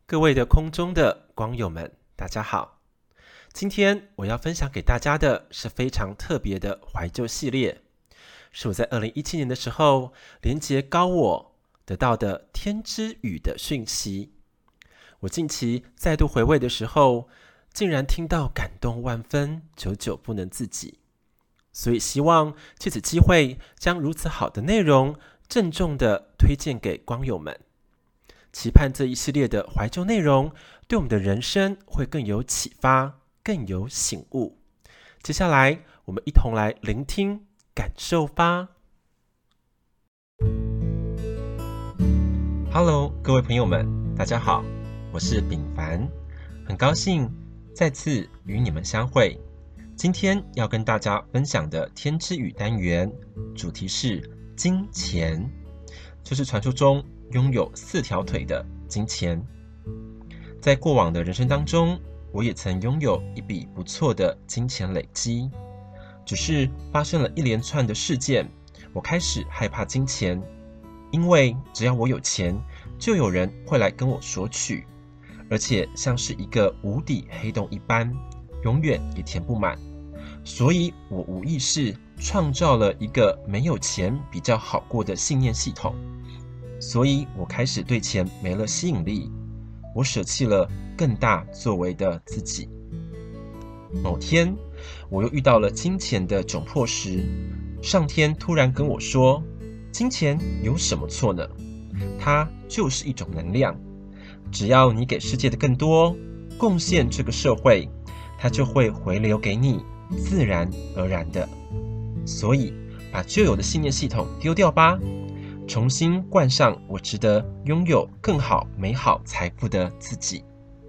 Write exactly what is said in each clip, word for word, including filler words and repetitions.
各位的空中的光友们，大家好。今天我要分享给大家的是非常特别的怀旧系列，是我在二零一七年的时候连结高我得到的天之语的讯息。我近期再度回味的时候，竟然听到感动万分，久久不能自己。所以希望借此机会将如此好的内容郑重的推荐给光友们，期盼这一系列的怀旧内容对我们的人生会更有启发，更有醒悟。接下来我们一同来聆听感受吧。 Hello， 各位朋友们，大家好，我是秉凡，很高兴再次与你们相会。今天要跟大家分享的天之语单元主题是金钱，就是传说中拥有四条腿的金钱。在过往的人生当中，我也曾拥有一笔不错的金钱累积，只是发生了一连串的事件，我开始害怕金钱，因为只要我有钱，就有人会来跟我索取，而且像是一个无底黑洞一般，永远也填不满。所以我无意识创造了一个没有钱比较好过的信念系统，所以我开始对钱没了吸引力，我舍弃了更大作为的自己。某天我又遇到了金钱的窘迫时，上天突然跟我说，金钱有什么错呢？它就是一种能量，只要你给世界的更多，贡献这个社会，它就会回流给你，自然而然的。所以把旧有的信念系统丢掉吧，重新冠上我值得拥有更好美好财富的自己。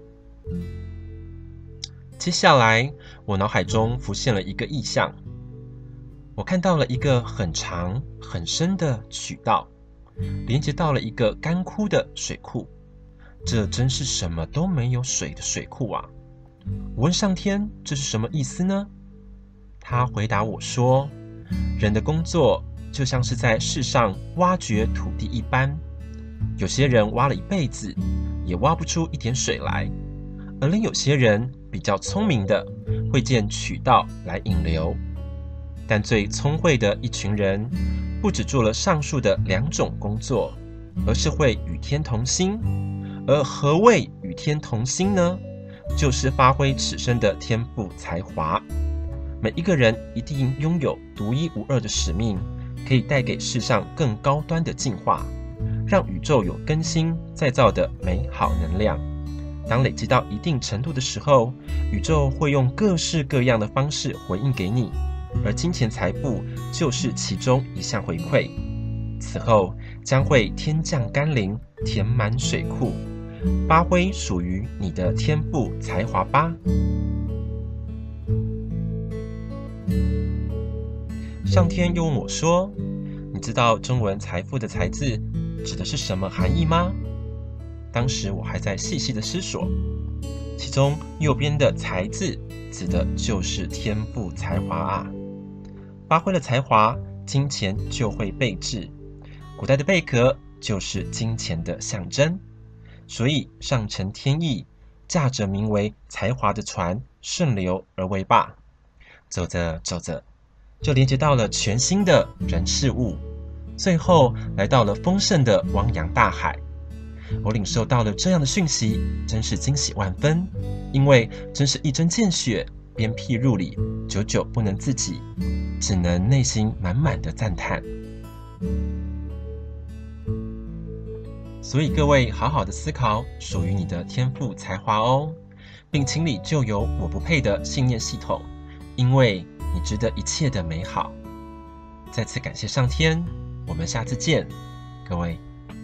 接下来我脑海中浮现了一个意象，我看到了一个很长很深的渠道，连接到了一个干枯的水库。这真是什么都没有水的水库啊！我问上天，这是什么意思呢？他回答我说，人的工作就像是在世上挖掘土地一般，有些人挖了一辈子也挖不出一点水来，而另有些人比较聪明的会建渠道来引流。但最聪慧的一群人不只做了上述的两种工作，而是会与天同心。而何谓与天同心呢？就是发挥此生的天赋才华。每一个人一定拥有独一无二的使命，可以带给世上更高端的进化，让宇宙有更新再造的美好能量。当累积到一定程度的时候，宇宙会用各式各样的方式回应给你，而金钱财富就是其中一项回馈。此后将会天降甘霖，填满水库，发挥属于你的天赋才华吧。上天又问我说，你知道中文财富的财字指的是什么含义吗？当时我还在细细的思索，其中右边的财字指的就是天赋才华啊。发挥了才华，金钱就会备至。古代的贝壳就是金钱的象征，所以上承天意，驾着名为才华的船顺流而为吧。走着走着，就连接到了全新的人事物，最后来到了丰盛的汪洋大海。我领受到了这样的讯息，真是惊喜万分，因为真是一针见血，鞭辟入里，久久不能自己，只能内心满满的赞叹。所以各位好好的思考属于你的天赋才华哦，并清理旧有我不配的信念系统，因为你值得一切的美好。再次感谢上天，我们下次见，各位。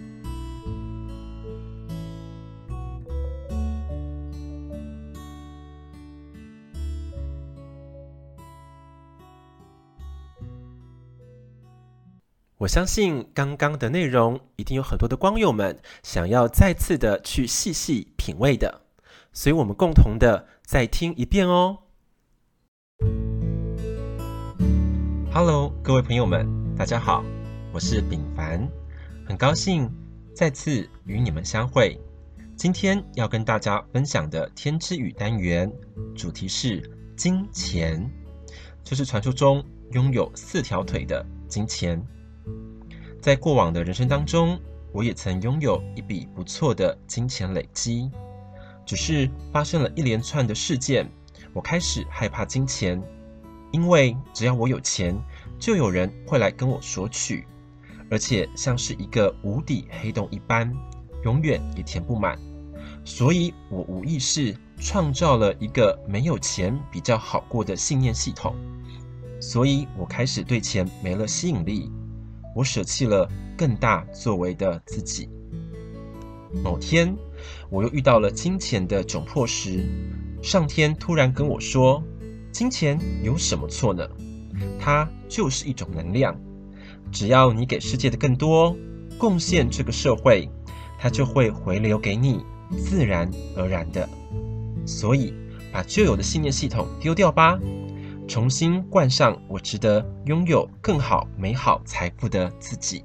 我相信刚刚的内容一定有很多的光友们想要再次的去细细品味的，所以我们共同的再听一遍哦。Hello， 各位朋友们，大家好，我是秉凡，很高兴再次与你们相会。 今天要跟大家分享的天之语单元，主题是金钱，就是传说中拥有四条腿的金钱。在过往的人生当中，我也曾拥有一笔不错的金钱累积，只是发生了一连串的事件，我开始害怕金钱，因为只要我有钱，就有人会来跟我索取，而且像是一个无底黑洞一般，永远也填不满。所以我无意识创造了一个没有钱比较好过的信念系统，所以我开始对钱没了吸引力，我舍弃了更大作为的自己。某天，我又遇到了金钱的窘迫时，上天突然跟我说，金钱有什么错呢？它就是一种能量，只要你给世界的更多，贡献这个社会，它就会回流给你，自然而然的。所以把旧有的信念系统丢掉吧，重新冠上我值得拥有更好美好财富的自己。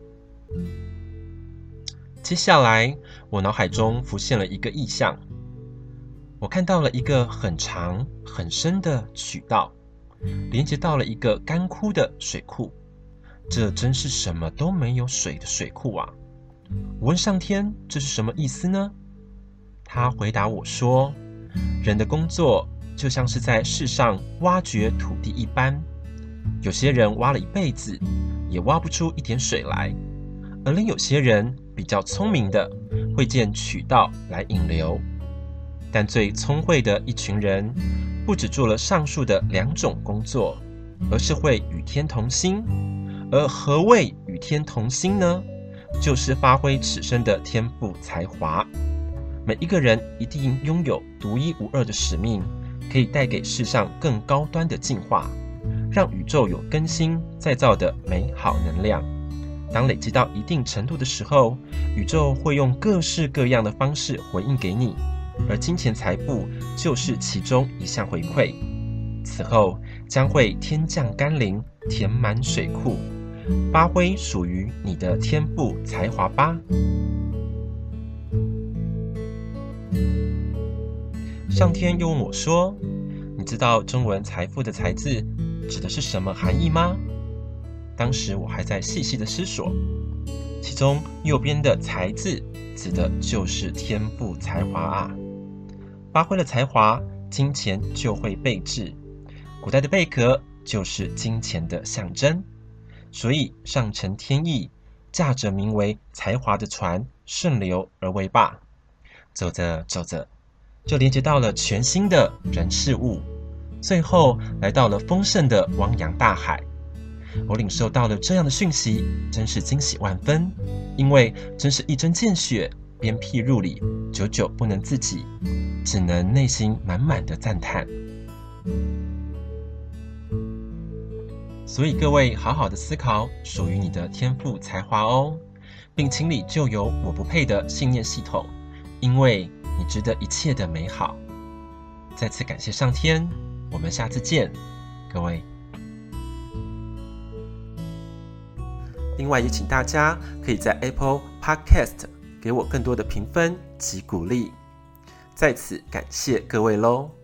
接下来我脑海中浮现了一个意象，我看到了一个很长很深的渠道，连接到了一个干枯的水库。这真是什么都没有水的水库啊！我问上天，这是什么意思呢？他回答我说，人的工作就像是在世上挖掘土地一般，有些人挖了一辈子也挖不出一点水来，而另有些人比较聪明的会建渠道来引流。但最聪慧的一群人不只做了上述的两种工作，而是会与天同心。而何谓与天同心呢？就是发挥此生的天赋才华。每一个人一定拥有独一无二的使命，可以带给世上更高端的进化，让宇宙有更新再造的美好能量。当累积到一定程度的时候，宇宙会用各式各样的方式回应给你，而金钱财富就是其中一项回馈。此后将会天降甘霖，填满水库，发挥属于你的天赋才华吧。上天又问我说，你知道中文财富的财字指的是什么含义吗？当时我还在细细的思索，其中右边的财字指的就是天赋才华啊。发挥了才华，金钱就会备至。古代的贝壳就是金钱的象征，所以上承天意，驾着名为才华的船顺流而为吧。走着走着，就连接到了全新的人事物，最后来到了丰盛的汪洋大海。我领受到了这样的讯息，真是惊喜万分，因为真是一针见血，鞭辟入里，久久不能自己，只能内心满满的赞叹。所以各位好好的思考属于你的天赋才华哦，并清理旧有我不配的信念系统，因为你值得一切的美好。再次感谢上天，我们下次见，各位。另外也请大家可以在 Apple Podcast 给我更多的评分及鼓励，在此感谢各位咯。